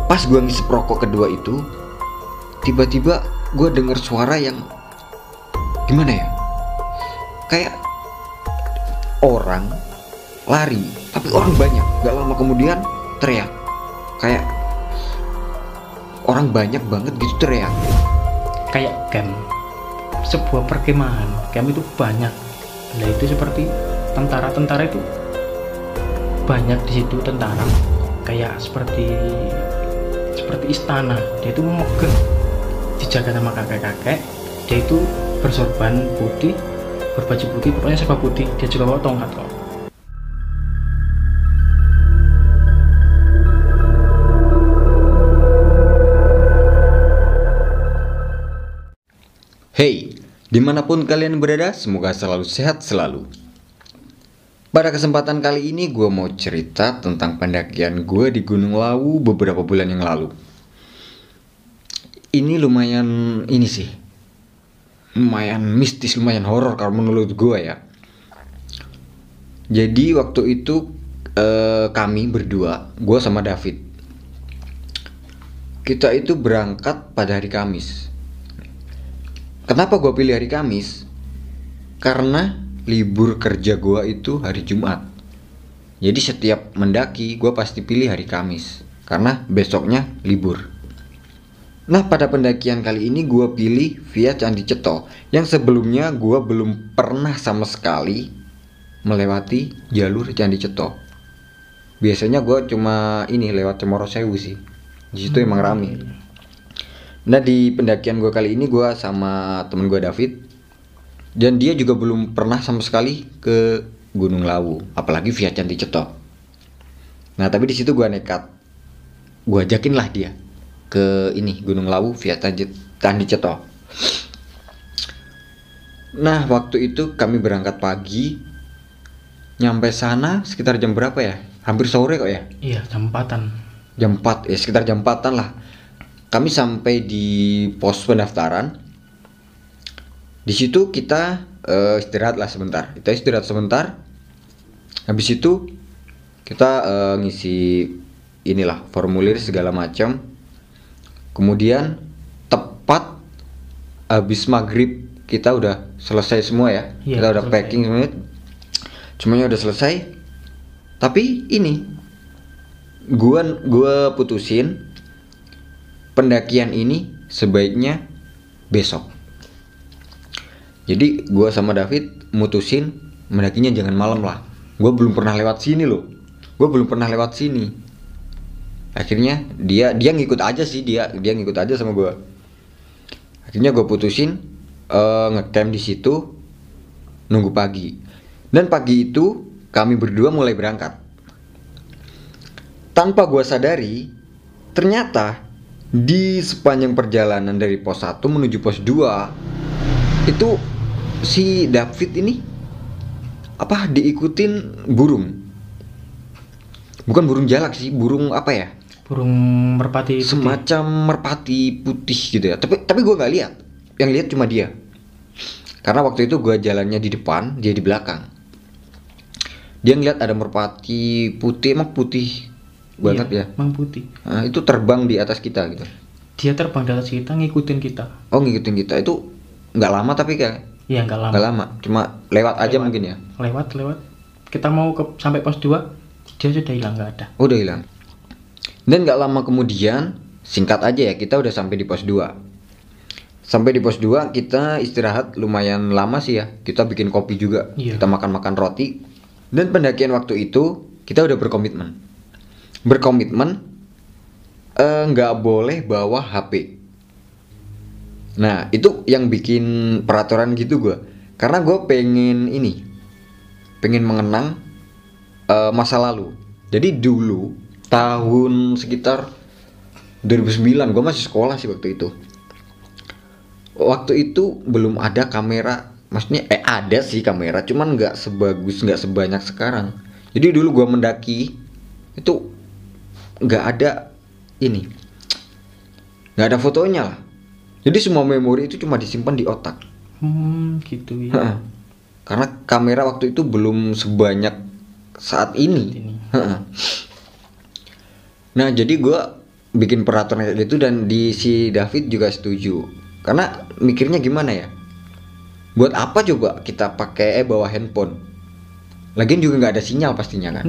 Pas gue ngisep rokok kedua itu, tiba-tiba gue denger suara yang gimana ya, kayak orang lari, tapi orang banyak. Gak lama kemudian teriak, kayak orang banyak banget gitu teriak. Kayak camp, sebuah perkemahan. Camp itu banyak. Nah itu seperti tentara-tentara itu banyak di situ, tentara kayak seperti istana. Dia itu megah, dijaga sama kakek-kakek. Dia itu bersorban putih, berbaju putih, pokoknya serba putih. Dia juga bawa tongkat kok. Hey, dimanapun kalian berada, semoga selalu sehat selalu. Pada kesempatan kali ini gue mau cerita tentang pendakian gue di Gunung Lawu beberapa bulan yang lalu. Ini lumayan lumayan mistis, lumayan horor kalau menurut gue ya. Jadi waktu itu kami berdua, gue sama David, kita itu berangkat pada hari Kamis. Kenapa gue pilih hari Kamis? Karena libur kerja gue itu hari Jumat. Jadi setiap mendaki gue pasti pilih hari Kamis, karena besoknya libur. Nah, pada pendakian kali ini gue pilih via Candi Ceto, yang sebelumnya gue belum pernah sama sekali melewati jalur Candi Ceto. Biasanya gue cuma lewat Cemoro Sewu sih. Di situ emang rame. Nah, di pendakian gue kali ini gue sama temen gue David, dan dia juga belum pernah sama sekali ke Gunung Lawu, apalagi via Candi Ceto. Nah, tapi di situ gue nekat, gue ajakin lah dia ke Gunung Lawu via Candi Ceto. Nah, waktu itu kami berangkat pagi, nyampe sana sekitar jam berapa ya? Hampir sore kok ya? Iya, jam 4-an. Jam 4 ya, sekitar jam 4-an lah. Kami sampai di pos pendaftaran. Di situ kita istirahat lah sebentar. Kita istirahat sebentar. Habis itu kita ngisi formulir segala macam. Kemudian tepat habis maghrib kita udah selesai semua ya. Iya, Kita udah selesai. packing semuanya udah selesai. Tapi gua putusin pendakian ini sebaiknya besok. Jadi gua sama David mutusin mendakinya jangan malam lah. Gua belum pernah lewat sini loh. Akhirnya dia ngikut aja sih, dia ngikut aja sama gua. Akhirnya gua putusin ngecamp di situ nunggu pagi. Dan pagi itu kami berdua mulai berangkat. Tanpa gua sadari, ternyata di sepanjang perjalanan dari pos 1 menuju pos 2 itu si David ini diikutin burung. Bukan burung jalak sih, burung apa ya? Burung merpati putih. Semacam merpati putih gitu ya. Tapi gue nggak lihat. Yang lihat cuma dia. Karena waktu itu gue jalannya di depan, dia di belakang. Dia ngeliat ada merpati putih, emang putih banget ya. Emang putih. Nah, itu terbang di atas kita gitu. Dia terbang di atas kita, ngikutin kita. Oh, ngikutin kita. Itu nggak lama tapi kayak. Iya, nggak lama. Nggak lama, cuma lewat aja mungkin ya. Lewat. Kita mau sampai pos 2, dia sudah hilang, nggak ada. Udah hilang. Dan nggak lama kemudian, singkat aja ya, kita udah sampai di pos 2. Sampai di pos 2 kita istirahat lumayan lama sih ya. Kita bikin kopi juga. Iya. Kita makan roti. Dan pendakian waktu itu kita udah berkomitmen nggak boleh bawa HP. Nah, itu yang bikin peraturan gitu gue. Karena gue pengen mengenang masa lalu. Jadi dulu tahun sekitar 2009 gue masih sekolah sih waktu itu. Waktu itu belum ada kamera, maksudnya ada sih kamera, cuman nggak sebanyak sekarang. Jadi dulu gue mendaki itu nggak ada fotonya lah. Jadi semua memori itu cuma disimpan di otak. Gitu ya. Karena kamera waktu itu belum sebanyak saat ini. Nah, jadi gue bikin peraturan kayak gitu, dan si David juga setuju. Karena mikirnya gimana ya? Buat apa coba kita pakai bawa handphone? Lagian juga nggak ada sinyal pastinya kan.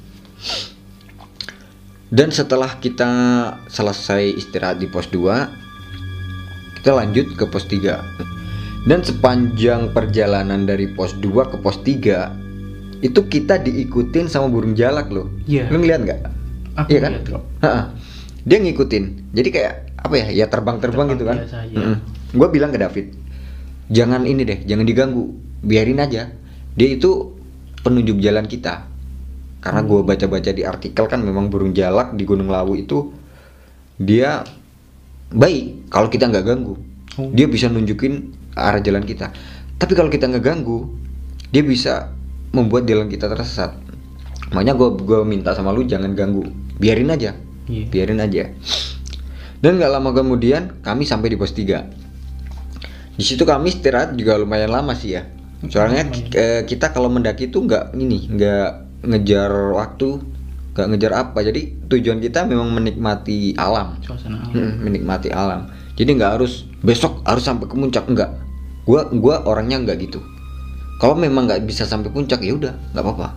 Dan setelah kita selesai istirahat di pos 2, kita lanjut ke pos 3. Dan sepanjang perjalanan dari pos 2 ke pos 3 itu kita diikutin sama burung jalak loh. Iya. Lu ngeliat nggak? Aku Iya kan? lihat kok. Dia ngikutin. Jadi kayak apa ya? Ya terbang gitu kan. Biasa, ya. Gue bilang ke David, jangan ini deh, jangan diganggu, biarin aja. Dia itu penunjuk jalan kita. Karena gue baca-baca di artikel kan memang burung jalak di Gunung Lawu itu dia baik kalau kita nggak ganggu. Dia bisa nunjukin arah jalan kita. Tapi kalau kita ngeganggu, dia bisa membuat jalan kita tersesat. Makanya gue minta sama lu jangan ganggu, biarin aja. Iya. Biarin aja. Dan nggak lama kemudian kami sampai di pos 3. Di situ kami istirahat juga lumayan lama sih ya. Soalnya kita kalau mendaki itu nggak ngejar waktu, nggak ngejar apa. Jadi tujuan kita memang menikmati alam. Suasana alam. Menikmati alam. Jadi nggak harus besok harus sampai ke puncak, enggak. Gua orangnya nggak gitu. Kalau memang nggak bisa sampai puncak ya udah, nggak apa-apa.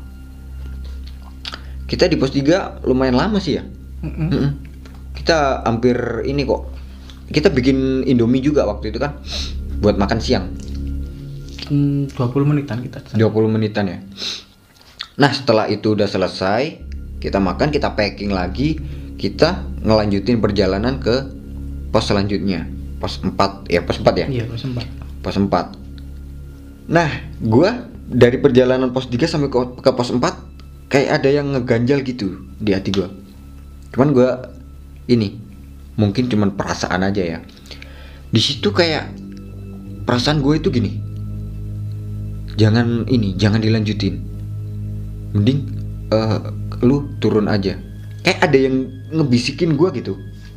Kita di pos 3 lumayan lama sih ya. Kita hampir ini kok. Kita bikin Indomie juga waktu itu kan buat makan siang. 20 menitan kita. 20 menitan ya. Nah, setelah itu udah selesai, kita makan, kita packing lagi, kita ngelanjutin perjalanan ke pos selanjutnya. Pos 4 ya, pos 4 ya? Iya, pos 4. Pos 4. Nah, gua dari perjalanan pos 3 sampai ke pos 4 kayak ada yang ngeganjal gitu di hati gua. Cuman gua ini mungkin cuman perasaan aja ya. Di situ kayak perasaan gue itu gini. Jangan dilanjutin. Mending lu turun aja. Kayak ada yang ngebisikin gue gitu.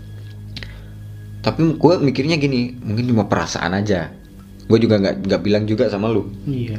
Tapi gue mikirnya gini, mungkin cuma perasaan aja. Gue juga nggak bilang juga sama lu. Iya.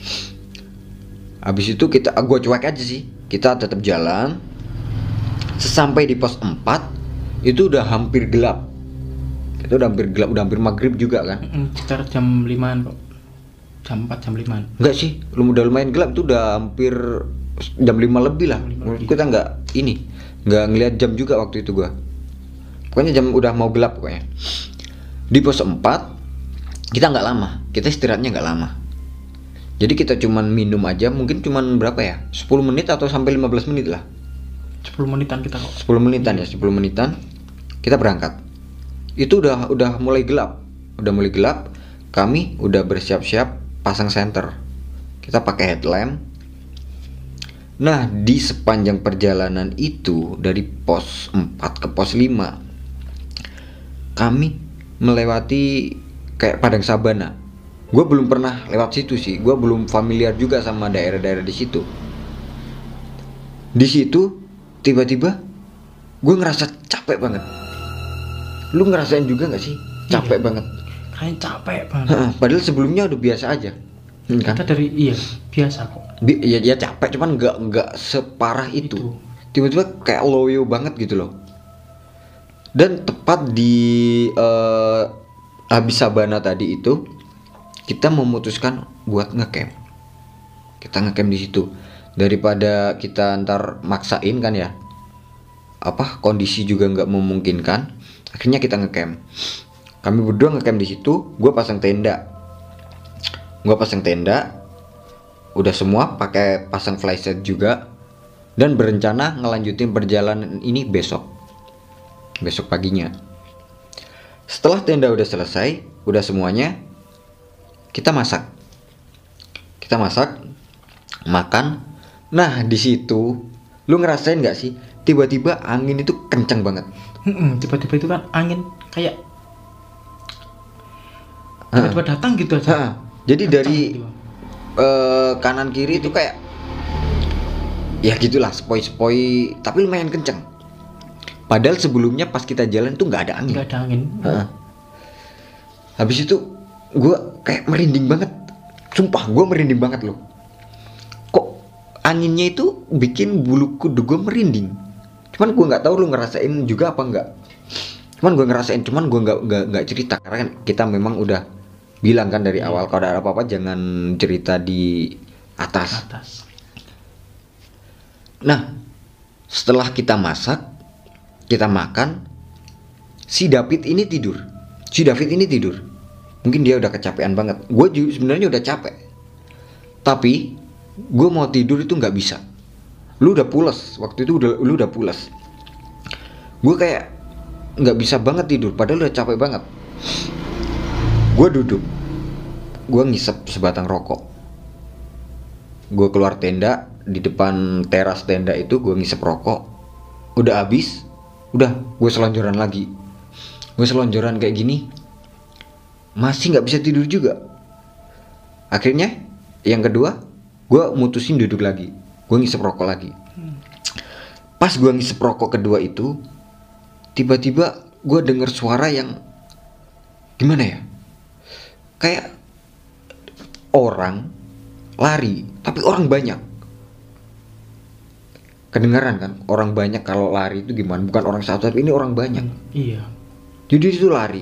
Habis itu gue cuek aja sih. Kita tetap jalan. Sesampai di pos 4 itu udah hampir gelap. Itu udah hampir gelap, udah hampir maghrib juga kan. Sekitar jam 5-an kok. Jam 4, jam 5-an. Enggak sih, udah lumayan gelap, itu udah hampir jam 5 lebih lah. Kita nggak ngelihat jam juga waktu itu gua. Pokoknya jam udah mau gelap pokoknya. Di pos 4 kita nggak lama, kita istirahatnya nggak lama. Jadi kita cuman minum aja, mungkin cuman berapa ya? 10 menit atau sampai 15 menit lah. 10 menitan kita kok. 10 menitan ya, 10 menitan kita berangkat. Itu udah mulai gelap. Udah mulai gelap, kami udah bersiap-siap pasang senter. Kita pakai headlamp. Nah, di sepanjang perjalanan itu dari pos 4 ke pos 5 kami melewati kayak padang sabana. Gue belum pernah lewat situ sih. Gue belum familiar juga sama daerah-daerah di situ. Di situ tiba-tiba gue ngerasa capek banget. Lu ngerasain juga nggak sih? Capek banget. Kayak capek banget. Padahal sebelumnya udah biasa aja. Kan? Kita biasa kok. Ya capek, cuman nggak separah itu. Tiba-tiba kayak loyo banget gitu loh. Dan tepat di habis sabana tadi itu kita memutuskan buat ngecamp. Kita ngecamp di situ daripada kita ntar maksain kan ya. Kondisi juga nggak memungkinkan. Akhirnya kita ngecamp. Kami berdua ngecamp di situ. Gue pasang tenda. Udah semua pakai pasang flyset juga. Dan berencana ngelanjutin perjalanan ini besok paginya. Setelah tenda udah selesai, udah semuanya, kita masak, makan. Nah, di situ lu ngerasain nggak sih tiba-tiba angin itu kencang banget. Tiba-tiba itu kan angin kayak tiba-tiba datang gitu aja. Jadi Kencang dari gitu. Kanan kiri itu kayak ya gitulah, sepoi-sepoi, tapi lumayan kencang. Padahal sebelumnya pas kita jalan tuh nggak ada angin. Nggak ada angin. Habis itu gue kayak merinding banget. Sumpah gue merinding banget loh. Kok anginnya itu bikin bulu kuduk gue merinding. Cuman gue nggak tahu lu ngerasain juga apa enggak. Cuman gue ngerasain, cuman gue nggak cerita karena kan kita memang udah bilang kan dari awal kalau ada apa-apa jangan cerita di atas. Nah, setelah kita masak, kita makan, si David ini tidur. Mungkin dia udah kecapean banget. Gue juga sebenarnya udah capek. Tapi gue mau tidur itu nggak bisa. Lu udah pules waktu itu, lu udah pules. Gue kayak nggak bisa banget tidur, padahal udah capek banget. Gue duduk, gue ngisep sebatang rokok. Gue keluar tenda, di depan teras tenda itu gue ngisep rokok. Udah habis, udah gue selonjoran lagi. Gue selonjoran kayak gini, masih nggak bisa tidur juga. Akhirnya yang kedua, gue mutusin duduk lagi. Gue ngisep rokok lagi. Pas gue ngisep rokok kedua itu, tiba-tiba gue denger suara yang gimana ya, kayak orang lari, tapi orang banyak. Kedengaran kan, orang banyak kalau lari itu gimana? Bukan orang satu, tapi ini orang banyak. Iya. Jadi itu lari.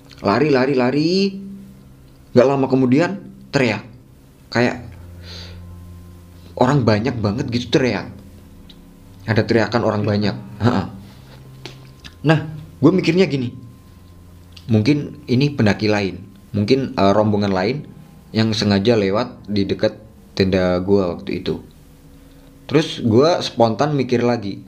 Gak lama kemudian teriak. Kayak orang banyak banget gitu teriak. Ada teriakan orang banyak. Nah, gue mikirnya gini. Mungkin ini pendaki lain. Mungkin rombongan lain yang sengaja lewat di dekat tenda gue waktu itu. Terus gue spontan mikir lagi.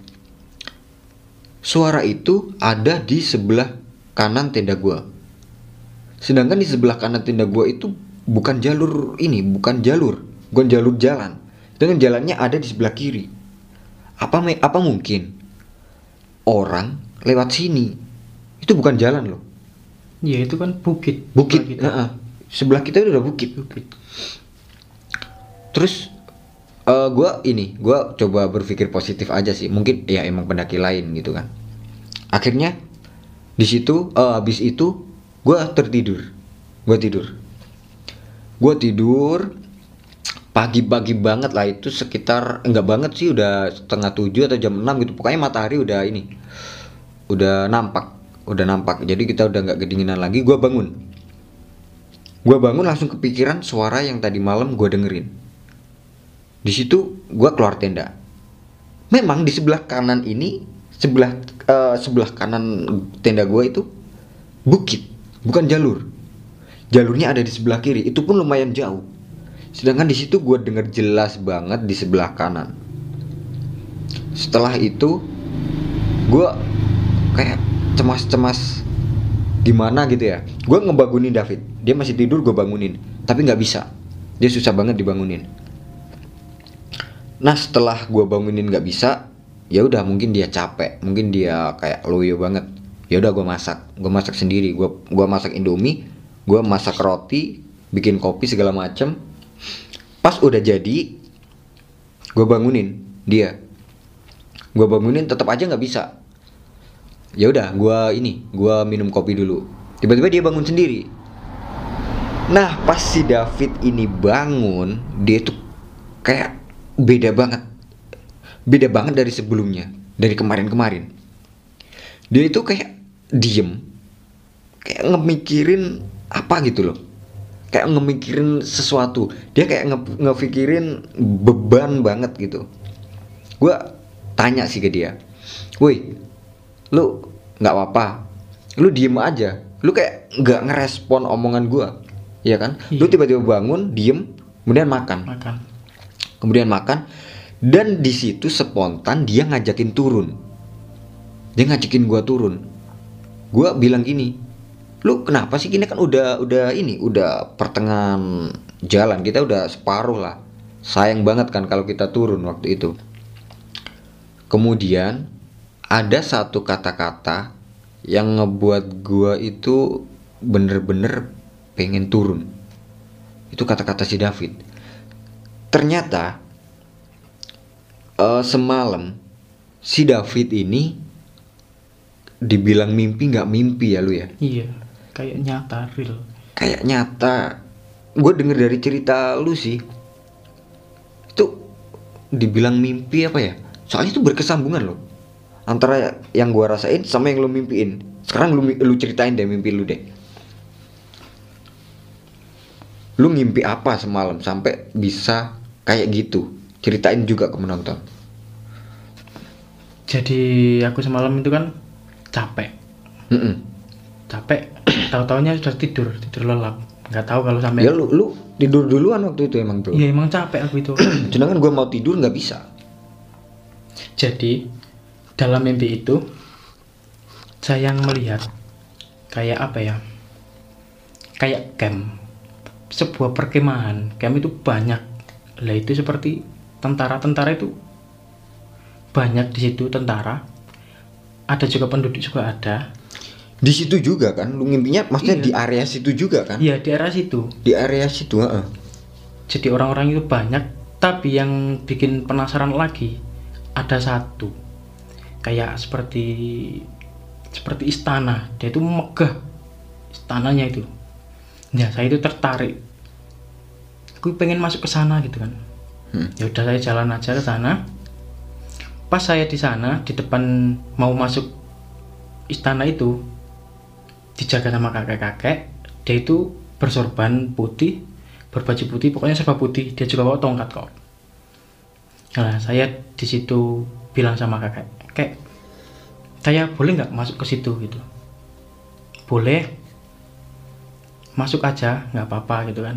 Suara itu ada di sebelah kanan tenda gue. Sedangkan di sebelah kanan tenda gue itu bukan jalur jalan. Dengan jalannya ada di sebelah kiri. Apa mungkin orang lewat sini? Itu bukan jalan loh. Iya, itu kan bukit. Sebelah kita itu udah bukit. Terus gue coba berpikir positif aja sih. Mungkin ya emang pendaki lain gitu kan. Akhirnya di situ habis itu gue tertidur. Gue tidur pagi-pagi banget lah, itu sekitar enggak banget sih, udah setengah 7 atau jam 6 gitu. Pokoknya matahari udah nampak. Jadi kita udah nggak kedinginan lagi. Gue bangun langsung kepikiran suara yang tadi malam gue dengerin. Di situ gue keluar tenda. Memang di sebelah kanan ini, sebelah kanan tenda gue itu bukit, bukan jalur. Jalurnya ada di sebelah kiri, itu pun lumayan jauh. Sedangkan di situ gue denger jelas banget di sebelah kanan. Setelah itu gue kayak cemas gimana gitu ya. Gue ngebangunin David, dia masih tidur, gue bangunin, tapi nggak bisa, dia susah banget dibangunin. Nah setelah gue bangunin nggak bisa, ya udah mungkin dia capek, mungkin dia kayak loyo banget. Ya udah gue masak sendiri. Gue masak Indomie, gue masak roti, bikin kopi segala macem. Pas udah jadi, gue bangunin dia. Gue bangunin tetap aja nggak bisa. Ya udah, gue minum kopi dulu. Tiba-tiba dia bangun sendiri. Nah pas si David ini bangun, dia tuh kayak beda banget dari sebelumnya, dari kemarin. Dia itu kayak diem, kayak ngemikirin apa gitu loh, kayak ngemikirin sesuatu. Dia kayak ngepikirin beban banget gitu. Gue tanya sih ke dia, woi, lu nggak apa-apa, lu diem aja, lu kayak nggak ngerespon omongan gue, ya kan? Lu tiba-tiba bangun, diem, kemudian makan. Dan di situ spontan dia ngajakin turun. Dia ngajakin gue turun. Gue bilang gini, lu kenapa sih, ini kan udah pertengahan jalan, kita udah separuh lah. Sayang banget kan kalau kita turun waktu itu. Kemudian ada satu kata-kata yang ngebuat gue itu bener-bener pengen turun. Itu kata-kata si David. Ternyata semalam si David ini dibilang mimpi nggak mimpi ya lu ya? Iya, kayak nyata, real. Kayak nyata. Gue denger dari cerita lu sih, itu dibilang mimpi apa ya? Soalnya itu berkesambungan loh, antara yang gua rasain sama yang lu mimpiin. Sekarang lu ceritain deh mimpi lu deh. Lu ngimpi apa semalam sampai bisa kayak gitu? Ceritain juga ke penonton. Jadi aku semalam itu kan capek, tahu-taunya sudah tidur lelap, nggak tahu kalau sampai. Ya lu tidur duluan waktu itu emang tuh. Iya emang capek aku itu. Sedangkan gua mau tidur nggak bisa. Jadi dalam mimpi itu saya melihat kayak apa ya, kayak camp, sebuah perkemahan. Camp itu banyak lah, itu seperti tentara itu banyak di situ, tentara ada juga, penduduk juga ada Di situ juga kan lu ngimpinya, maksudnya Iya. di area situ juga kan? Iya, di area situ. Di area situ, heeh. Jadi orang-orang itu banyak, tapi yang bikin penasaran lagi ada satu kayak seperti istana. Dia itu megah istananya itu. Ya saya itu tertarik, aku pengen masuk ke sana gitu kan. Ya udah, saya jalan aja ke sana. Pas saya di sana, di depan mau masuk istana itu, dijaga sama kakek-kakek. Dia itu bersorban putih, berbaju putih, pokoknya serba putih. Dia juga bawa tongkat kok. Nah, saya di situ bilang sama kakek, "Kek, saya boleh nggak masuk ke situ gitu?" "Boleh, masuk aja, nggak apa-apa," gitu kan.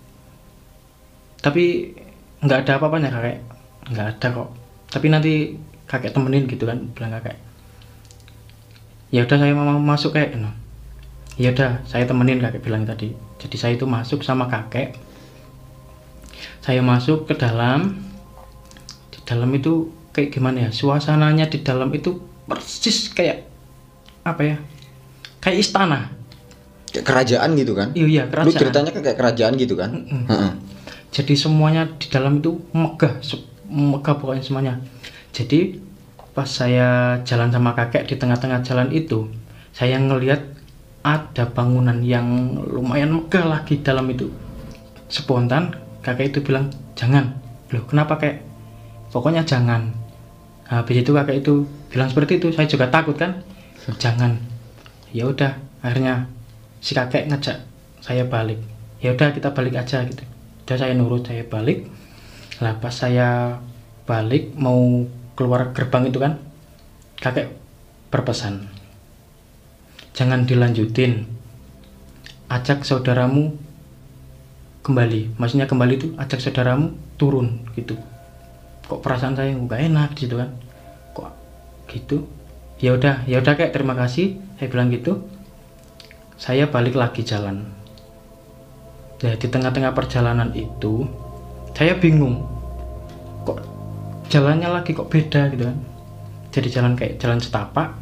Tapi nggak ada apa-apanya kakek, nggak ada kok. Tapi nanti kakek temenin gitu kan, bilang kakek. Ya udah, saya mau masuk kayak no. Ya udah, saya temenin, kakek bilang tadi. Jadi saya itu masuk sama kakek. Saya masuk ke dalam. Di dalam itu kayak gimana ya? Suasananya di dalam itu persis kayak apa ya? Kayak istana. Kayak kerajaan gitu kan? Iya, kerajaan. Lu ceritanya kan kayak kerajaan gitu kan? Heeh. Jadi semuanya di dalam itu megah, megah pokoknya semuanya. Jadi pas saya jalan sama kakek, di tengah-tengah jalan itu saya ngelihat ada bangunan yang lumayan megah lagi dalam itu. Spontan kakek itu bilang, "Jangan." "Loh, kenapa kek?" "Pokoknya jangan." Habis itu kakek itu bilang seperti itu, saya juga takut kan. Jangan. Ya udah, akhirnya si kakek ngajak saya balik. Ya udah, kita balik aja gitu. Udah, saya nurut, saya balik. Lah pas saya balik mau keluar gerbang itu kan, kakek berpesan, "Jangan dilanjutin, ajak saudaramu kembali." Maksudnya kembali itu ajak saudaramu turun gitu. Kok perasaan saya nggak enak gitu kan, kok gitu. Ya udah kayak terima kasih, saya bilang gitu. Saya balik lagi jalan. Nah, di tengah-tengah perjalanan itu saya bingung, kok jalannya lagi kok beda gitu kan. Jadi jalan kayak jalan setapak.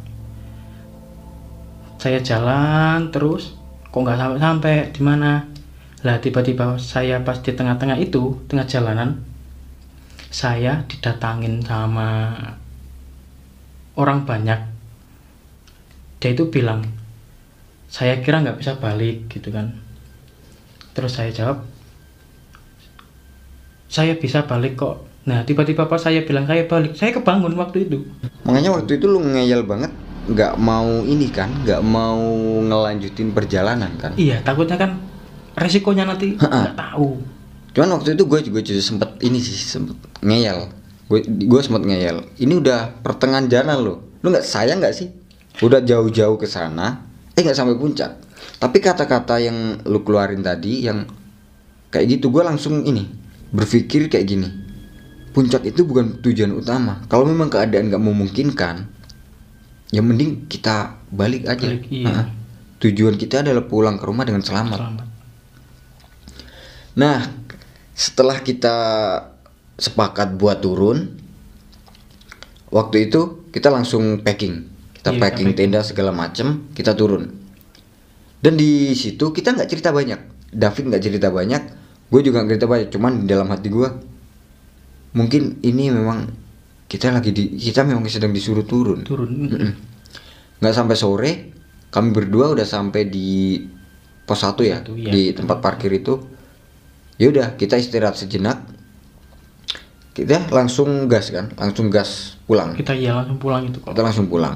Saya jalan terus, kok nggak sampai di mana. Lah tiba-tiba saya pas di tengah-tengah itu, tengah jalanan, saya didatangin sama orang banyak. Dia itu bilang, "Saya kira nggak bisa balik," gitu kan. Terus saya jawab, "Saya bisa balik kok." Nah tiba-tiba pas saya bilang saya balik, saya kebangun waktu itu. Makanya waktu itu lu ngeyel banget, nggak mau ini kan, nggak mau ngelanjutin perjalanan kan? Iya, takutnya kan resikonya nanti nggak tahu. Cuman waktu itu gue juga sempet ngeyel. Gue sempet ngeyel. Ini udah pertengahan jalan lu nggak sayang nggak sih? Udah jauh-jauh ke sana, nggak sampai puncak. Tapi kata-kata yang lu keluarin tadi yang kayak gitu, gue langsung ini berpikir kayak gini. Puncak itu bukan tujuan utama. Kalau memang keadaan nggak memungkinkan, ya mending kita balik aja. Iya. Tujuan kita adalah pulang ke rumah dengan selamat. Nah, setelah kita sepakat buat turun, waktu itu kita langsung packing. Kita packing tenda segala macem, kita turun. Dan di situ kita nggak cerita banyak. David nggak cerita banyak, gue juga nggak cerita banyak. Cuman di dalam hati gue, mungkin ini memang kita memang sedang disuruh turun. Nggak sampai sore, kami berdua udah sampai di pos 1 ya, di tempat parkir itu. Ya udah, kita istirahat sejenak. kita langsung gas pulang. Kita ya langsung pulang itu kok.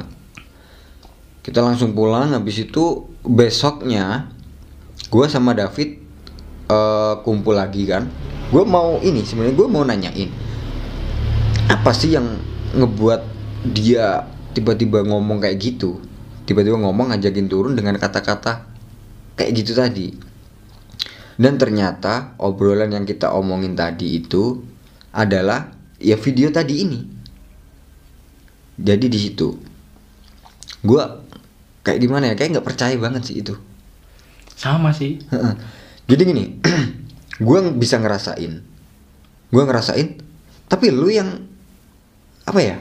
Kita langsung pulang. Habis itu besoknya gue sama David kumpul lagi kan. Gue mau nanyain apa sih yang ngebuat dia tiba-tiba ngomong kayak gitu, tiba-tiba ngomong ngajakin turun dengan kata-kata kayak gitu tadi. Dan ternyata obrolan yang kita omongin tadi itu adalah ya video tadi ini. Jadi di situ gue kayak gimana ya, kayak nggak percaya banget sih itu. Sama sih. Jadi gini, gue bisa ngerasain, tapi lu yang apa ya?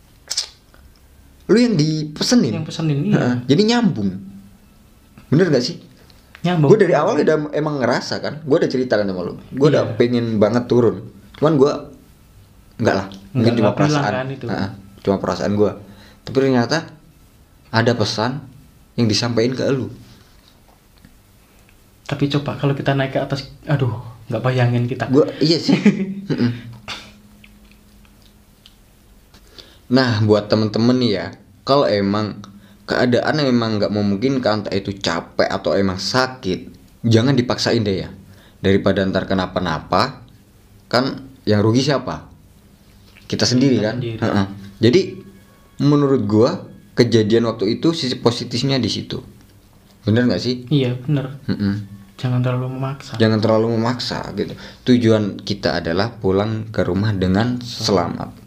Lu yang dipesenin. Yang pesenin, iya. Jadi nyambung. Bener gak sih? Nyambung. Gue dari awal udah emang ngerasa kan, gue udah ceritakan sama lu. Gue udah pengen banget turun. Cuman gue enggak lah, mungkin cuma perasaan. Kan itu. Cuma perasaan gue. Tapi ternyata ada pesan yang disampaikan ke lu. Tapi coba kalau kita naik ke atas, aduh, nggak bayangin kita. Iya sih. Nah, buat temen-temen nih ya, kalau emang keadaan emang nggak memungkinkan, entah itu capek atau emang sakit, jangan dipaksain deh ya. Daripada ntar kenapa-napa, kan yang rugi siapa? Kita sendiri kan. Jadi menurut gua kejadian waktu itu sisi positifnya di situ. Bener nggak sih? Iya bener. Jangan terlalu memaksa gitu. Tujuan kita adalah pulang ke rumah dengan selamat.